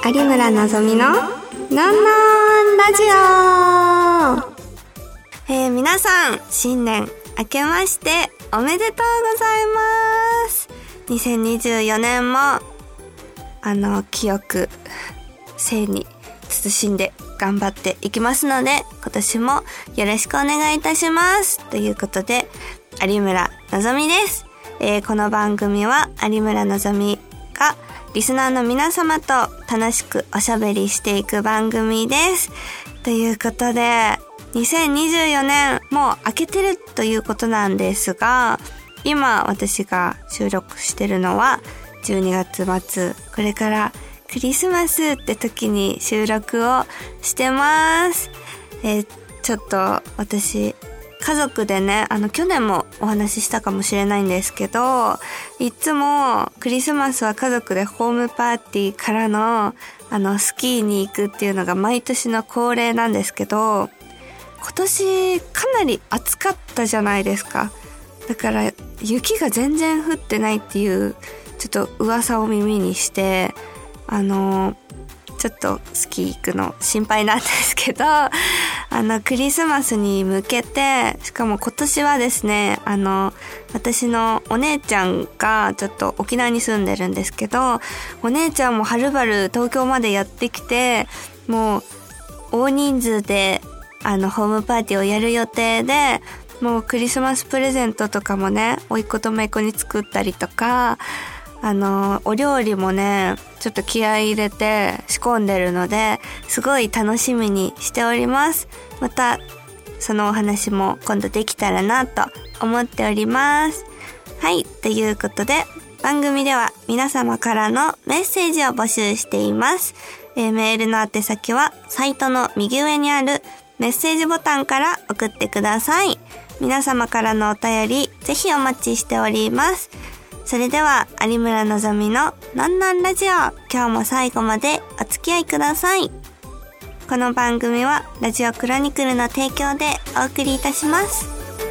有村のぞみののんのんラジオ。皆さん新年明けましておめでとうございます。2024年も清く生に慎んで頑張っていきますので、今年もよろしくお願いいたします。ということで、有村のぞみです。この番組は有村のぞみがリスナーの皆様と楽しくおしゃべりしていく番組です。ということで、2024年もう明けてるということなんですが、今私が収録してるのは12月末、これからクリスマスって時に収録をしてます。ちょっと私家族でね、去年もお話ししたかもしれないんですけど、いつもクリスマスは家族でホームパーティーからのスキーに行くっていうのが毎年の恒例なんですけど、今年かなり暑かったじゃないですか。だから雪が全然降ってないっていうちょっと噂を耳にして、ちょっとスキー行くの心配なんですけど、クリスマスに向けて、しかも今年はですね、私のお姉ちゃんがちょっと沖縄に住んでるんですけど、お姉ちゃんもはるばる東京までやってきて、もう大人数でホームパーティーをやる予定で、もうクリスマスプレゼントとかもね、甥っ子と姪っ子に作ったりとか、お料理もね、ちょっと気合い入れて仕込んでるので、すごい楽しみにしております。またそのお話も今度できたらなと思っております。はい、ということで番組では皆様からのメッセージを募集しています。メールの宛先はサイトの右上にあるメッセージボタンから送ってください。皆様からのお便りぜひお待ちしております。それでは有村のぞみのなんなんラジオ、今日も最後までお付き合いください。この番組はラジオクロニクルの提供でお送りいたします。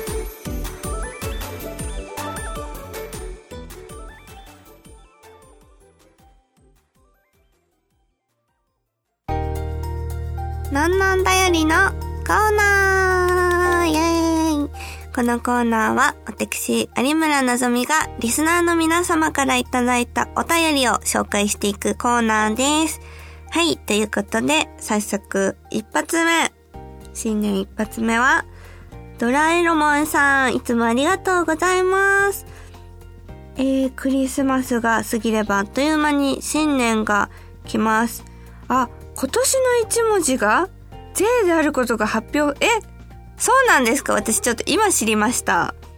のんのんだよりのコーナー、イエーイ。このコーナーは私有村のぞみがリスナーの皆様からいただいたお便りを紹介していくコーナーです。はい、ということで早速一発目、新年一発目はドラえろもんさん、いつもありがとうございます。クリスマスが過ぎればあっという間に新年が来ます。あ、今年の一文字が J であることが発表。そうなんですか？私ちょっと今知りました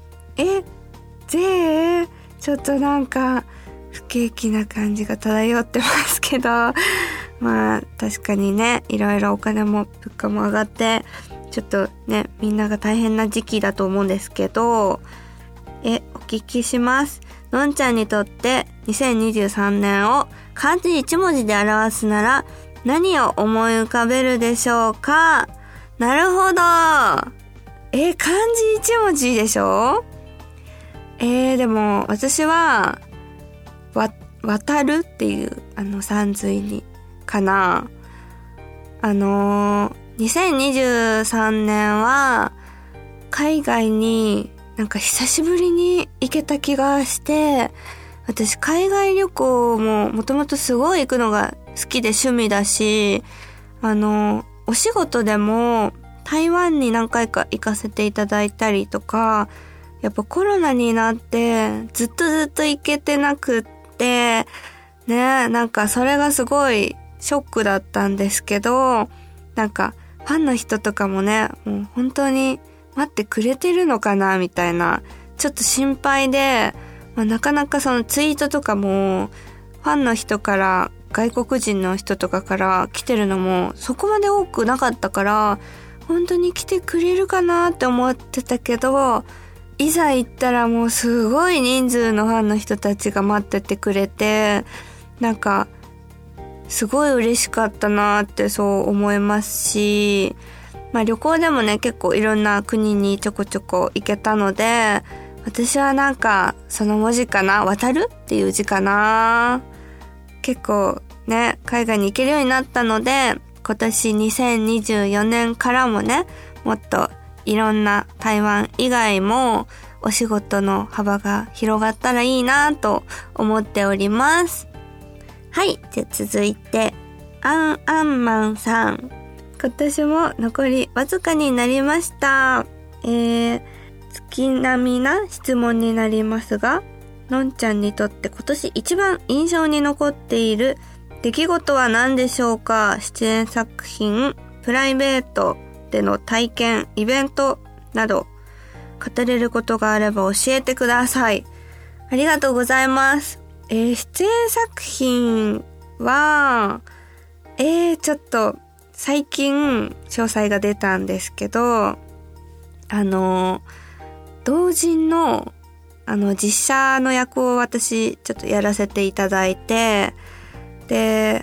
。J？ ちょっとなんか不景気な感じが漂ってますけど、まあ確かにね、いろいろお金も物価も上がってちょっとね、みんなが大変な時期だと思うんですけど、お聞きします。のんちゃんにとって2023年を漢字一文字で表すなら何を思い浮かべるでしょうか？なるほど。漢字一文字でしょ？でも私は渡るっていう山水にかな。2023年は海外になんか久しぶりに行けた気がして、私海外旅行ももともとすごい行くのが好きで趣味だし、お仕事でも台湾に何回か行かせていただいたりとか、やっぱコロナになってずっと行けてなくってね、なんかそれがすごいショックだったんですけど、なんかファンの人とかもね、もう本当に待ってくれてるのかなみたいな、ちょっと心配で、なかなかそのツイートとかもファンの人から、外国人の人とかから来てるのもそこまで多くなかったから、本当に来てくれるかなって思ってたけど、いざ行ったらもうすごい人数のファンの人たちが待っててくれて、なんかすごい嬉しかったなってそう思いますし、旅行でもね、結構いろんな国にちょこちょこ行けたので、私はなんかその文字かな、渡るっていう字かな。結構ね、海外に行けるようになったので、今年2024年からもね、もっといろんな台湾以外もお仕事の幅が広がったらいいなと思っております。はい、じゃあ続いてアンアンマンさん、今年も残りわずかになりました。月並みな質問になりますが、のんちゃんにとって今年一番印象に残っている出来事は何でしょうか？出演作品、プライベートでの体験、イベントなど語れることがあれば教えてください。ありがとうございます。出演作品はちょっと最近詳細が出たんですけど、同人の実写の役を私ちょっとやらせていただいて、で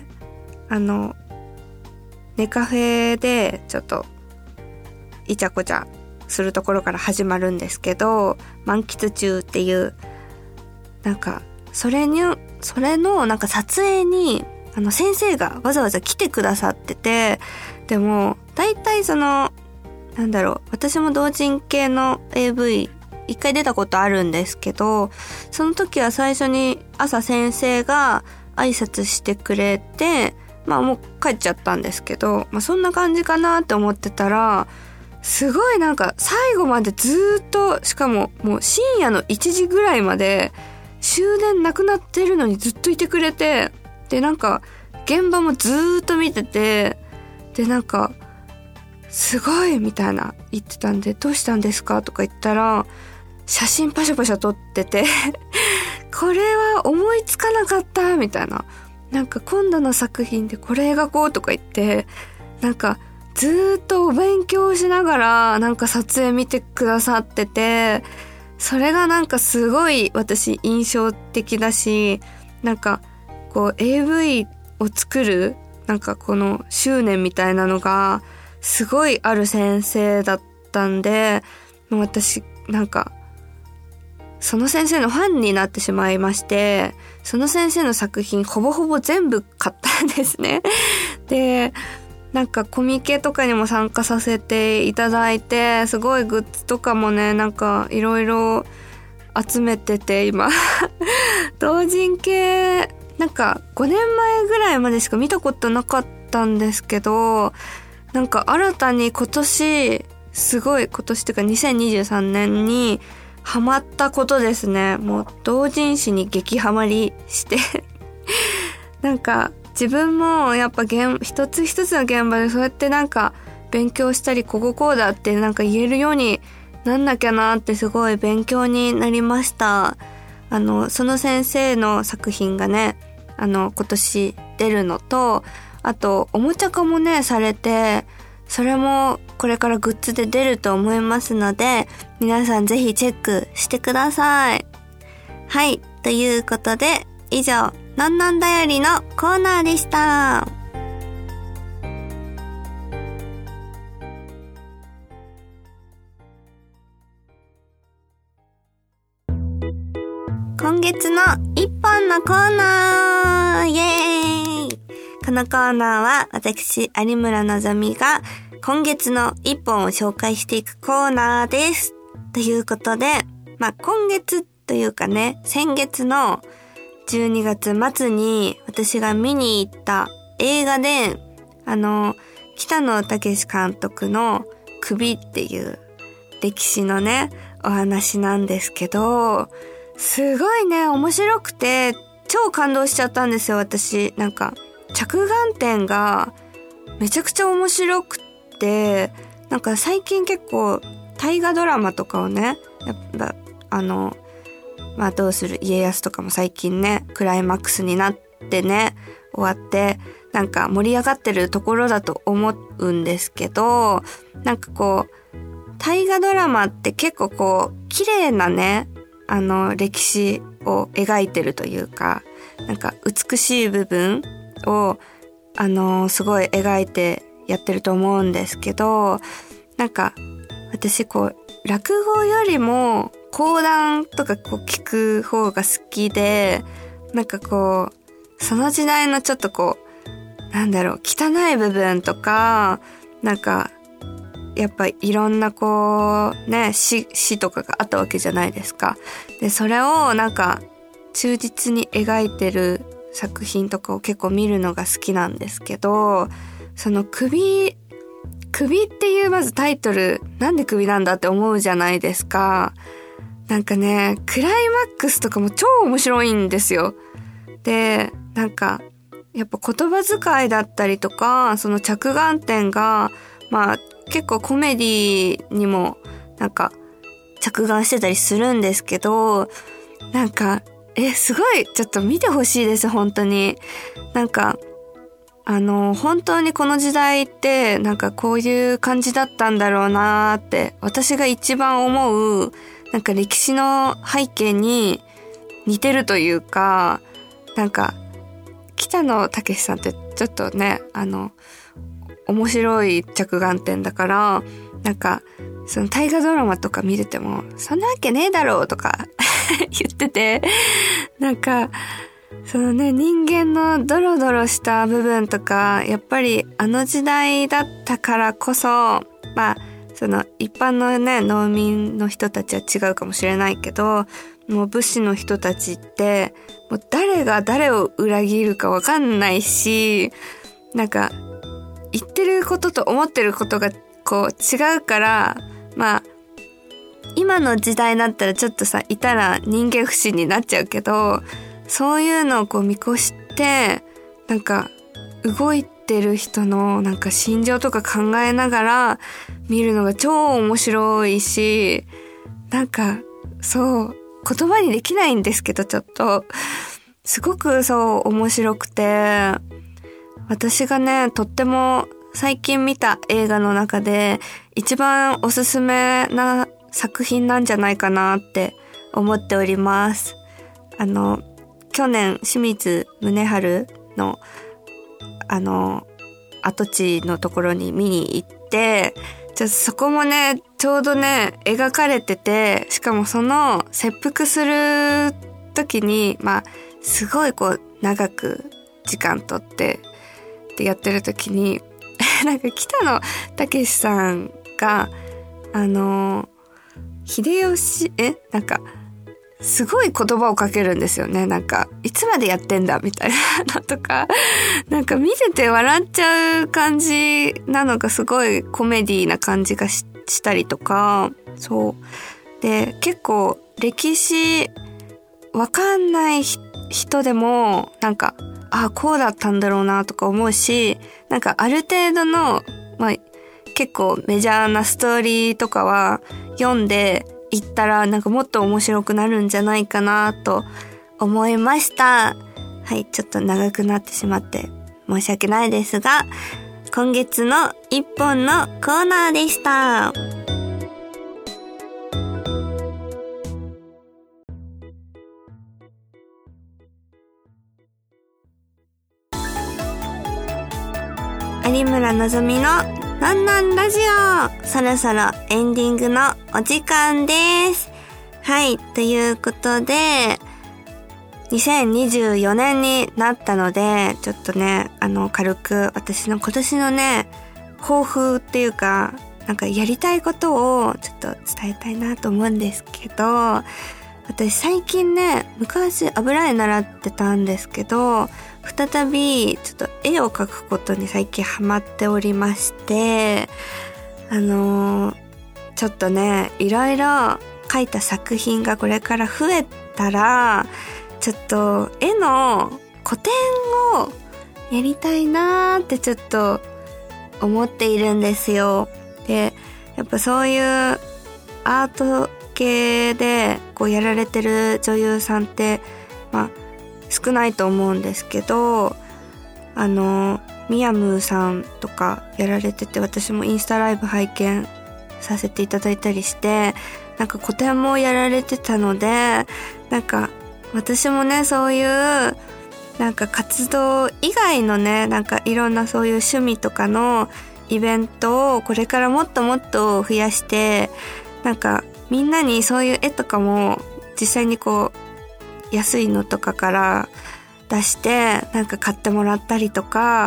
ネカフェでちょっとイチャコチャするところから始まるんですけど、満喫中っていうなんかそれのなんか撮影に先生がわざわざ来てくださってて、でも大体私も同人系の AV 一回出たことあるんですけど、その時は最初に朝先生が挨拶してくれて、もう帰っちゃったんですけど、そんな感じかなって思ってたら、すごいなんか最後までずっと、しかももう深夜の1時ぐらいまで終電なくなってるのにずっといてくれて、でなんか現場もずっと見てて、でなんかすごいみたいな言ってたんで、どうしたんですかとか言ったら、写真パシャパシャ撮っててこれは思いつかなかったみたいな、なんか今度の作品でこれ描こうとか言って、なんかずっとお勉強しながらなんか撮影見てくださってて、それがなんかすごい私印象的だし、なんかこう AV を作るなんかこの執念みたいなのがすごいある先生だったんで、もう私なんかその先生のファンになってしまいまして、その先生の作品ほぼほぼ全部買ったんですね。でなんかコミケとかにも参加させていただいて、すごいグッズとかもね、なんかいろいろ集めてて今同人系なんか5年前ぐらいまでしか見たことなかったんですけど、なんか新たに今年っていうか2023年にハマったことですね。もう同人誌に激ハマりしてなんか自分もやっぱ一つ一つの現場でそうやってなんか勉強したり、こうだってなんか言えるようになんなきゃなってすごい勉強になりました。その先生の作品がね、今年出るのと、あとおもちゃ化もねされて、それもこれからグッズで出ると思いますので、皆さんぜひチェックしてください。はい、ということで以上、のんのんだよりのコーナーでした。今月の一本のコーナー、イエーイ。このコーナーは私有村のぞみが今月の一本を紹介していくコーナーです。ということで、今月というかね、先月の12月末に私が見に行った映画で、北野武監督の首っていう歴史のね、お話なんですけど、すごいね、面白くて超感動しちゃったんですよ、私。なんか着眼点がめちゃくちゃ面白くて、なんか最近結構大河ドラマとかをね、やっぱどうする家康とかも最近ね、クライマックスになってね、終わってなんか盛り上がってるところだと思うんですけど、なんかこう大河ドラマって結構こう綺麗なね、歴史を描いてるというか、なんか美しい部分をすごい描いてやってると思うんですけど、なんか私こう落語よりも講談とかこう聞く方が好きで、なんかこうその時代のちょっとこ汚い部分とか、なんか、やっぱいろんなこう、ね、死とかがあったわけじゃないですか。で、それをなんか、忠実に描いてる作品とかを結構見るのが好きなんですけど、その首っていうまずタイトル、なんで首なんだって思うじゃないですか。なんかね、クライマックスとかも超面白いんですよ。で、なんか、やっぱ言葉遣いだったりとか、その着眼点が、まあ結構コメディにもなんか着眼してたりするんですけど、なんか、すごい、ちょっと見てほしいです、本当に。なんか、本当にこの時代って、なんかこういう感じだったんだろうなーって、私が一番思う、なんか歴史の背景に似てるというか、なんか、北野武さんってちょっとね、面白い着眼点だから、なんか、その大河ドラマとか見てても、そんなわけねえだろうとか言ってて、なんか、そのね、人間のドロドロした部分とか、やっぱりあの時代だったからこそ、まあ、その一般のね、農民の人たちは違うかもしれないけど、もう武士の人たちって、もう誰が誰を裏切るかわかんないし、なんか、言ってることと思ってることがこう違うから、まあ、今の時代だったらちょっとさ、いたら人間不信になっちゃうけど、そういうのをこう見越して、なんか、動いてる人のなんか心情とか考えながら見るのが超面白いし、なんか、そう、言葉にできないんですけど、ちょっと、すごくそう面白くて、私がね、とっても最近見た映画の中で一番おすすめな作品なんじゃないかなって思っております。去年清水宗春の跡地のところに見に行って、そこもね、ちょうどね、描かれてて、しかもその切腹する時に、まあ、すごいこう、長く時間とってやってる時に、なんか北野武さんが、秀吉、なんか、すごい言葉をかけるんですよね。なんか、いつまでやってんだみたいなのとか、なんか見てて笑っちゃう感じなのがすごいコメディな感じがしたりとか、そう。で、結構歴史わかんない人でも、なんか、こうだったんだろうなとか思うし、なんかある程度の、まあ、結構メジャーなストーリーとかは読んでいったらなんかもっと面白くなるんじゃないかなと思いました。はい、ちょっと長くなってしまって申し訳ないですが、今月の一本のコーナーでした。有村のぞみのなんなんラジオ、そろそろエンディングのお時間です。はい、ということで2024年になったので、ちょっとね、軽く私の今年のね、抱負っていうか、なんかやりたいことをちょっと伝えたいなと思うんですけど、私最近ね、昔油絵習ってたんですけど、再びちょっと絵を描くことに最近ハマっておりまして、ちょっとね、いろいろ描いた作品がこれから増えたら、ちょっと絵の個展をやりたいなーってちょっと思っているんですよ。で、やっぱそういうアート系でこうやられてる女優さんって、まあ少ないと思うんですけど、みやむーさんとかやられてて、私もインスタライブ拝見させていただいたりして、なんか個展もやられてたので、なんか私もね、そういうなんか活動以外のね、なんかいろんなそういう趣味とかのイベントをこれからもっともっと増やして、なんかみんなにそういう絵とかも実際にこう安いのとかから出してなんか買ってもらったりとか、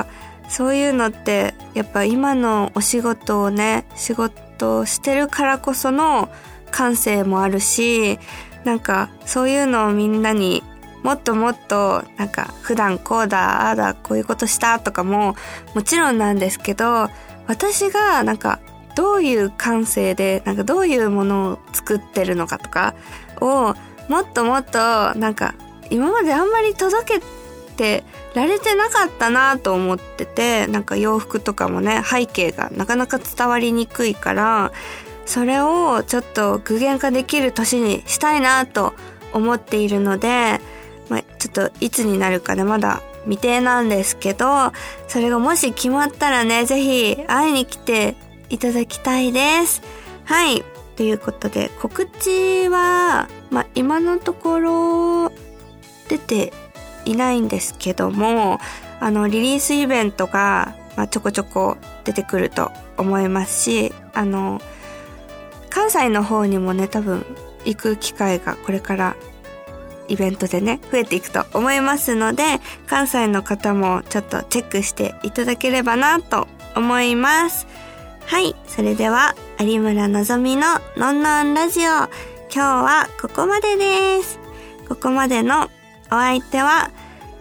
そういうのってやっぱ今のお仕事をね、仕事をしてるからこその感性もあるし、なんかそういうのをみんなにもっともっとなんか普段こうだ、ああだ、こういうことしたとかももちろんなんですけど、私がなんかどういう感性でなんかどういうものを作ってるのかとかをもっともっとなんか今まであんまり届けてられてなかったなと思ってて、なんか洋服とかもね、背景がなかなか伝わりにくいから、それをちょっと具現化できる年にしたいなと思っているので、ちょっといつになるかね、まだ未定なんですけど、それがもし決まったらね、ぜひ会いに来ていただきたいです。はい。ということで、告知は、今のところ出ていないんですけども、リリースイベントが、ちょこちょこ出てくると思いますし、関西の方にもね、多分行く機会がこれからイベントでね、増えていくと思いますので、関西の方もちょっとチェックしていただければなと思います。はい、それでは有村のぞみののんのんラジオ、今日はここまでです。ここまでのお相手は、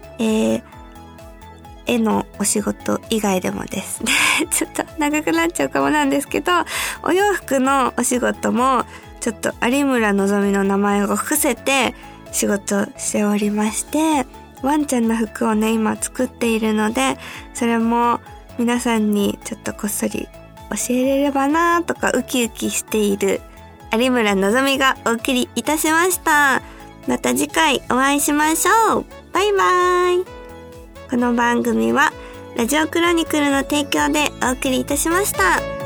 絵のお仕事以外でもですねちょっと長くなっちゃうかもなんですけど、お洋服のお仕事もちょっと有村のぞみの名前を伏せて仕事しておりまして、ワンちゃんの服をね今作っているので、それも皆さんにちょっとこっそり教えれればなとかウキウキしている有村のぞみがお送りいたしました。また次回お会いしましょう。バイバイ。この番組はラジオクロニクルの提供でお送りいたしました。